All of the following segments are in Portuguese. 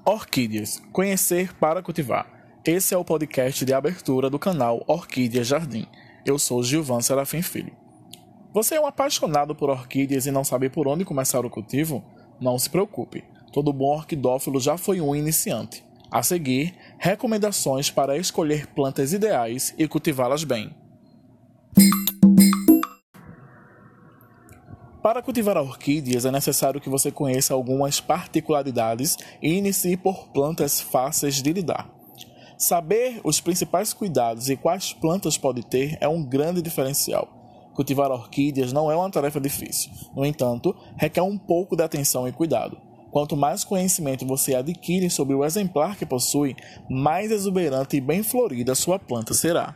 Orquídeas, conhecer para cultivar. Esse é o podcast de abertura do canal Orquídea Jardim. Eu sou Gilvan Serafim Filho. Você é um apaixonado por orquídeas e não sabe por onde começar o cultivo? Não se preocupe, todo bom orquidófilo já foi um iniciante. A seguir, recomendações para escolher plantas ideais e cultivá-las bem. Para cultivar orquídeas é necessário que você conheça algumas particularidades e inicie por plantas fáceis de lidar. Saber os principais cuidados e quais plantas pode ter é um grande diferencial. Cultivar orquídeas não é uma tarefa difícil, no entanto, requer um pouco de atenção e cuidado. Quanto mais conhecimento você adquire sobre o exemplar que possui, mais exuberante e bem florida sua planta será.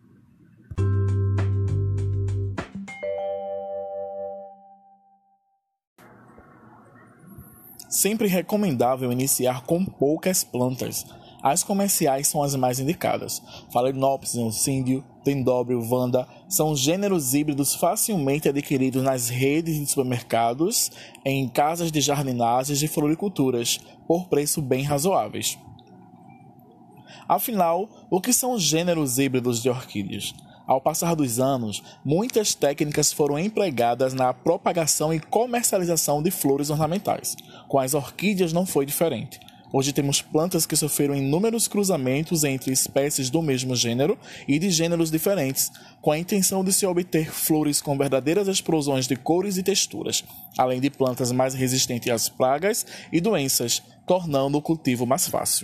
Sempre recomendável iniciar com poucas plantas. As comerciais são as mais indicadas. Phalaenopsis, Eocíndio, Dendróbio, Vanda são gêneros híbridos facilmente adquiridos nas redes de supermercados, em casas de jardinagens e floriculturas, por preço bem razoáveis. Afinal, o que são os gêneros híbridos de orquídeas? Ao passar dos anos, muitas técnicas foram empregadas na propagação e comercialização de flores ornamentais. Com as orquídeas não foi diferente. Hoje temos plantas que sofreram inúmeros cruzamentos entre espécies do mesmo gênero e de gêneros diferentes, com a intenção de se obter flores com verdadeiras explosões de cores e texturas, além de plantas mais resistentes às pragas e doenças, tornando o cultivo mais fácil.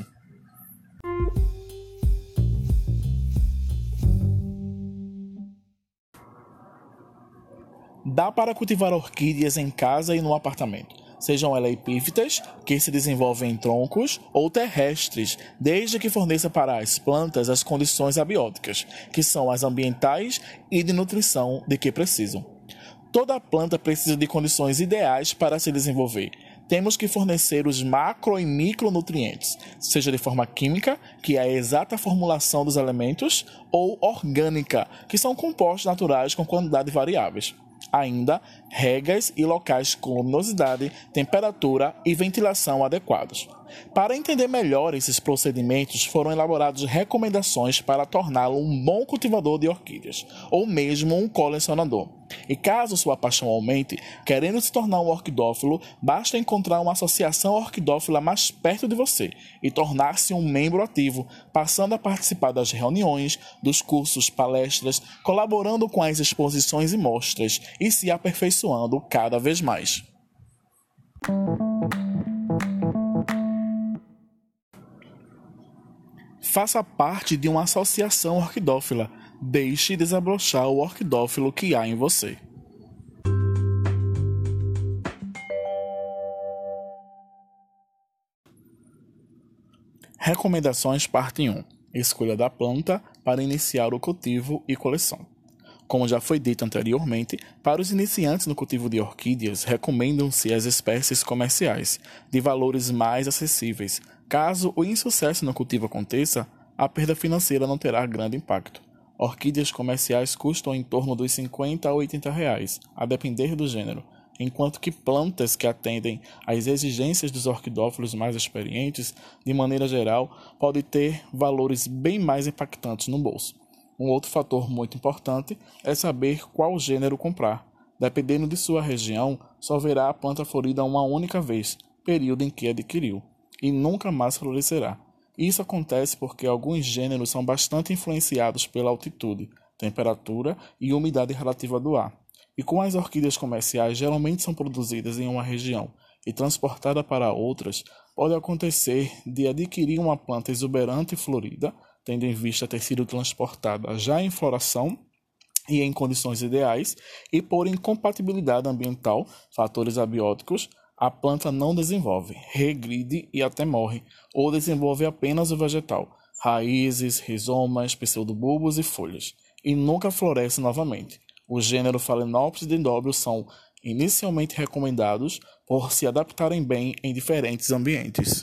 Dá para cultivar orquídeas em casa e no apartamento, sejam elas epífitas, que se desenvolvem em troncos, ou terrestres, desde que forneça para as plantas as condições abióticas, que são as ambientais e de nutrição de que precisam. Toda planta precisa de condições ideais para se desenvolver. Temos que fornecer os macro e micronutrientes, seja de forma química, que é a exata formulação dos elementos, ou orgânica, que são compostos naturais com quantidade variáveis. Ainda, regas e locais com luminosidade, temperatura e ventilação adequados. Para entender melhor esses procedimentos, foram elaboradas recomendações para torná-lo um bom cultivador de orquídeas, ou mesmo um colecionador. E caso sua paixão aumente, querendo se tornar um orquidófilo, basta encontrar uma associação orquidófila mais perto de você e tornar-se um membro ativo, passando a participar das reuniões, dos cursos, palestras, colaborando com as exposições e mostras e se aperfeiçoando cada vez mais. Faça parte de uma associação orquidófila. Deixe desabrochar o orquidófilo que há em você. Recomendações parte 1. Escolha da planta para iniciar o cultivo e coleção. Como já foi dito anteriormente, para os iniciantes no cultivo de orquídeas, recomendam-se as espécies comerciais, de valores mais acessíveis. Caso o insucesso no cultivo aconteça, a perda financeira não terá grande impacto. Orquídeas comerciais custam em torno dos R$50 a R$80, a depender do gênero, enquanto que plantas que atendem às exigências dos orquidófilos mais experientes, de maneira geral, podem ter valores bem mais impactantes no bolso. Um outro fator muito importante é saber qual gênero comprar. Dependendo de sua região, só verá a planta florida uma única vez, período em que adquiriu, e nunca mais florescerá. Isso acontece porque alguns gêneros são bastante influenciados pela altitude, temperatura e umidade relativa do ar. E como as orquídeas comerciais geralmente são produzidas em uma região e transportadas para outras, pode acontecer de adquirir uma planta exuberante e florida, tendo em vista ter sido transportada já em floração e em condições ideais, e por incompatibilidade ambiental, fatores abióticos, a planta não desenvolve, regride e até morre, ou desenvolve apenas o vegetal, raízes, rizomas, pseudobulbos e folhas, e nunca floresce novamente. O gênero Phalaenopsis e Dendróbio são inicialmente recomendados por se adaptarem bem em diferentes ambientes.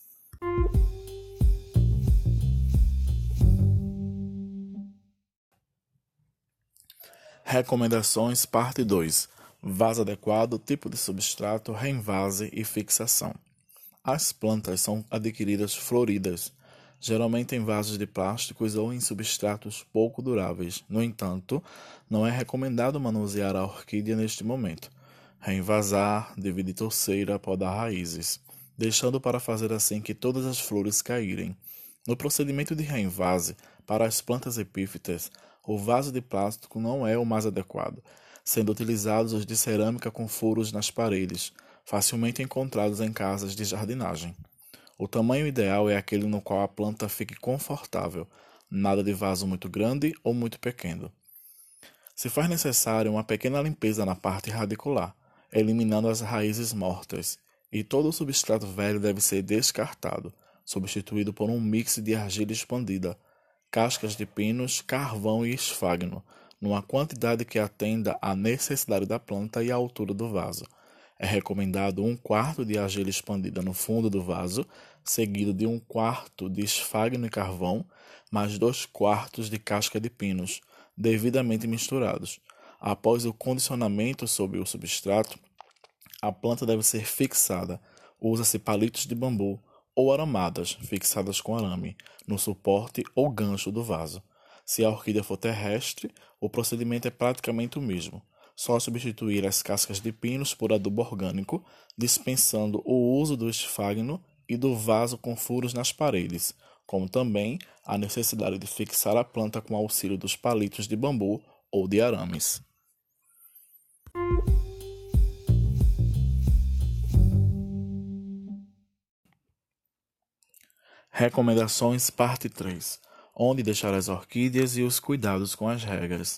Recomendações parte 2. Vaso adequado, tipo de substrato, reenvase e fixação. As plantas são adquiridas floridas, geralmente em vasos de plásticos ou em substratos pouco duráveis. No entanto, não é recomendado manusear a orquídea neste momento. Reenvasar, dividir torceira, podar raízes, deixando para fazer assim que todas as flores caírem. No procedimento de reenvase, para as plantas epífitas, o vaso de plástico não é o mais adequado, sendo utilizados os de cerâmica com furos nas paredes, facilmente encontrados em casas de jardinagem. O tamanho ideal é aquele no qual a planta fique confortável, nada de vaso muito grande ou muito pequeno. Se faz necessário uma pequena limpeza na parte radicular, eliminando as raízes mortas, e todo o substrato velho deve ser descartado, substituído por um mix de argila expandida, cascas de pinos, carvão e esfagno, numa quantidade que atenda à necessidade da planta e à altura do vaso. É recomendado 1/4 de argila expandida no fundo do vaso, seguido de 1/4 de esfagno e carvão, mais 2/4 de casca de pinos, devidamente misturados. Após o condicionamento sobre o substrato, a planta deve ser fixada. Usa-se palitos de bambu ou aramadas fixadas com arame no suporte ou gancho do vaso. Se a orquídea for terrestre, o procedimento é praticamente o mesmo. Só substituir as cascas de pinos por adubo orgânico, dispensando o uso do esfagno e do vaso com furos nas paredes, como também a necessidade de fixar a planta com auxílio dos palitos de bambu ou de arames. Recomendações parte 3. Onde deixar as orquídeas e os cuidados com as regas.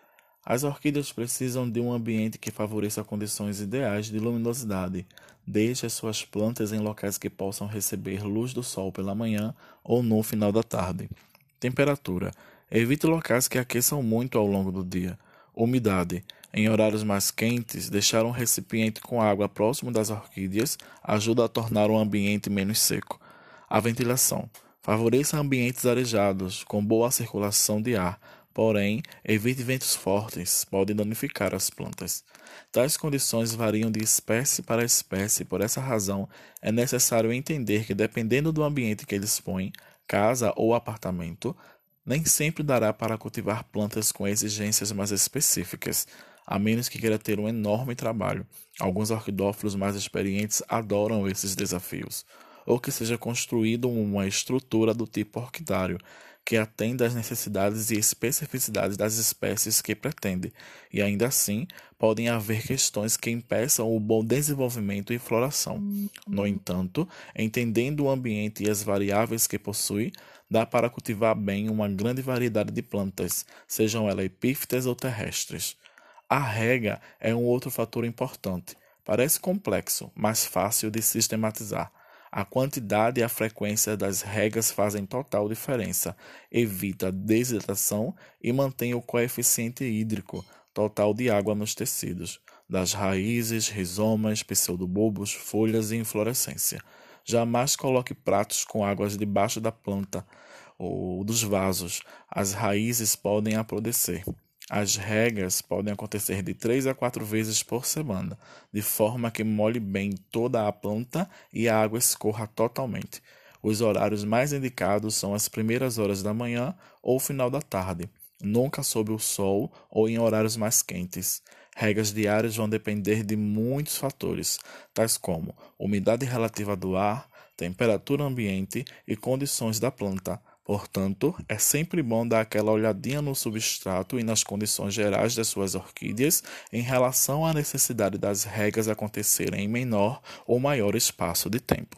As orquídeas precisam de um ambiente que favoreça condições ideais de luminosidade. Deixe as suas plantas em locais que possam receber luz do sol pela manhã ou no final da tarde. Temperatura. Evite locais que aqueçam muito ao longo do dia. Umidade. Em horários mais quentes, deixar um recipiente com água próximo das orquídeas ajuda a tornar o ambiente menos seco. A ventilação. Favoreça ambientes arejados, com boa circulação de ar, porém, evite ventos fortes, podem danificar as plantas. Tais condições variam de espécie para espécie, por essa razão, é necessário entender que, dependendo do ambiente que dispõe, casa ou apartamento, nem sempre dará para cultivar plantas com exigências mais específicas, a menos que queira ter um enorme trabalho. Alguns orquidófilos mais experientes adoram esses desafios, ou que seja construído uma estrutura do tipo orquidário, que atenda às necessidades e especificidades das espécies que pretende, e ainda assim podem haver questões que impeçam o bom desenvolvimento e floração. No entanto, entendendo o ambiente e as variáveis que possui, dá para cultivar bem uma grande variedade de plantas, sejam elas epífitas ou terrestres. A rega é um outro fator importante. Parece complexo, mas fácil de sistematizar. A quantidade e a frequência das regas fazem total diferença. Evita a desidratação e mantém o coeficiente hídrico total de água nos tecidos, das raízes, rizomas, pseudobulbos, folhas e inflorescência. Jamais coloque pratos com águas debaixo da planta ou dos vasos. As raízes podem apodrecer. As regas podem acontecer de 3 a 4 vezes por semana, de forma que molhe bem toda a planta e a água escorra totalmente. Os horários mais indicados são as primeiras horas da manhã ou final da tarde, nunca sob o sol ou em horários mais quentes. Regas diárias vão depender de muitos fatores, tais como umidade relativa do ar, temperatura ambiente e condições da planta. Portanto, é sempre bom dar aquela olhadinha no substrato e nas condições gerais das suas orquídeas em relação à necessidade das regas acontecerem em menor ou maior espaço de tempo.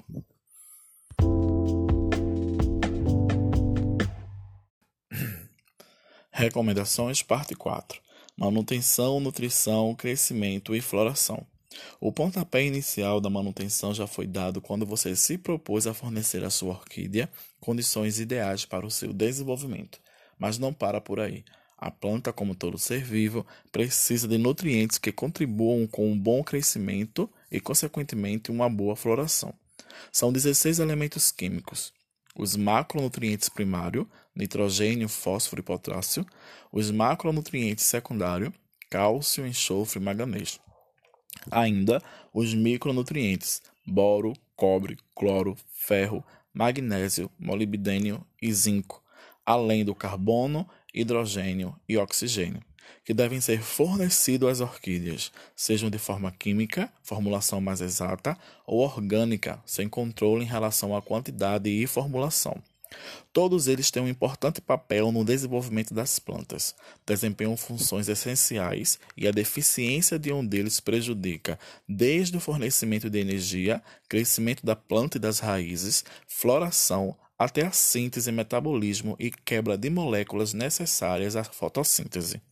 Recomendações parte 4. Manutenção, nutrição, crescimento e floração. O pontapé inicial da manutenção já foi dado quando você se propôs a fornecer à sua orquídea condições ideais para o seu desenvolvimento, mas não para por aí. A planta, como todo ser vivo, precisa de nutrientes que contribuam com um bom crescimento e, consequentemente, uma boa floração. São 16 elementos químicos: os macronutrientes primários, nitrogênio, fósforo e potássio; os macronutrientes secundários, cálcio, enxofre e manganês; ainda os micronutrientes, boro, cobre, cloro, ferro, magnésio, molibdênio e zinco, além do carbono, hidrogênio e oxigênio, que devem ser fornecidos às orquídeas, sejam de forma química, formulação mais exata, ou orgânica, sem controle em relação à quantidade e formulação. Todos eles têm um importante papel no desenvolvimento das plantas, desempenham funções essenciais e a deficiência de um deles prejudica desde o fornecimento de energia, crescimento da planta e das raízes, floração, até a síntese, metabolismo e quebra de moléculas necessárias à fotossíntese.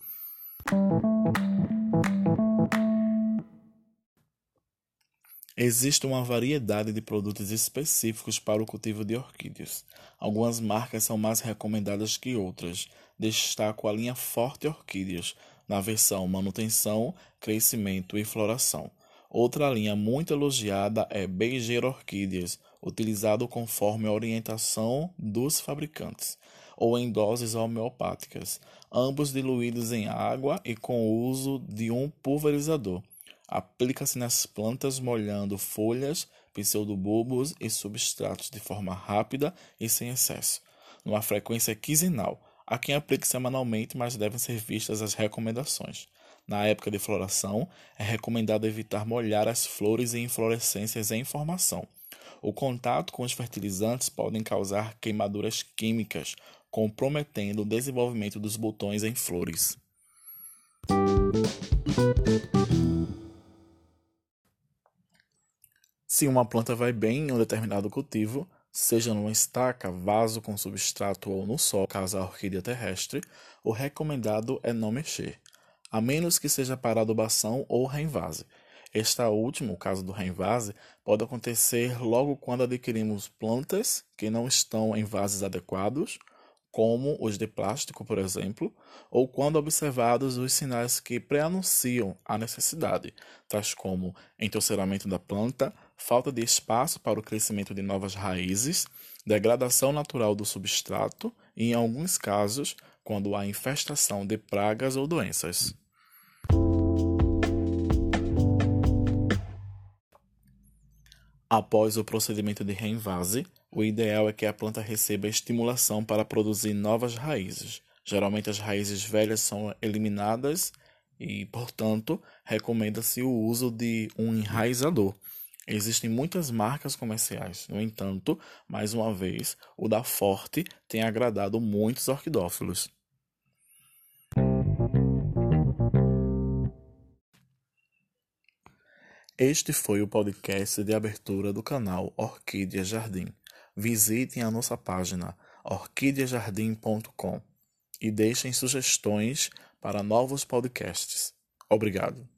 Existe uma variedade de produtos específicos para o cultivo de orquídeas. Algumas marcas são mais recomendadas que outras. Destaco a linha Forte Orquídeas, na versão manutenção, crescimento e floração. Outra linha muito elogiada é Beijer Orquídeas, utilizado conforme a orientação dos fabricantes, ou em doses homeopáticas, ambos diluídos em água e com o uso de um pulverizador. Aplica-se nas plantas molhando folhas, pseudobulbos e substratos de forma rápida e sem excesso, numa frequência quinzenal. Há quem aplique semanalmente, mas devem ser vistas as recomendações. Na época de floração, é recomendado evitar molhar as flores e inflorescências em formação. O contato com os fertilizantes podem causar queimaduras químicas, comprometendo o desenvolvimento dos botões em flores. Se uma planta vai bem em um determinado cultivo, seja numa estaca, vaso com substrato ou no solo, caso a orquídea terrestre, o recomendado é não mexer, a menos que seja para adubação ou reinvase. Este último, o caso do reinvase, pode acontecer logo quando adquirimos plantas que não estão em vasos adequados, como os de plástico, por exemplo, ou quando observados os sinais que pré-anunciam a necessidade, tais como entorceiramento da planta, falta de espaço para o crescimento de novas raízes, degradação natural do substrato e, em alguns casos, quando há infestação de pragas ou doenças. Após o procedimento de reinvase, o ideal é que a planta receba estimulação para produzir novas raízes. Geralmente as raízes velhas são eliminadas e, portanto, recomenda-se o uso de um enraizador. Existem muitas marcas comerciais, no entanto, mais uma vez, o da Forte tem agradado muitos orquidófilos. Este foi o podcast de abertura do canal Orquídea Jardim. Visitem a nossa página orquideajardim.com e deixem sugestões para novos podcasts. Obrigado.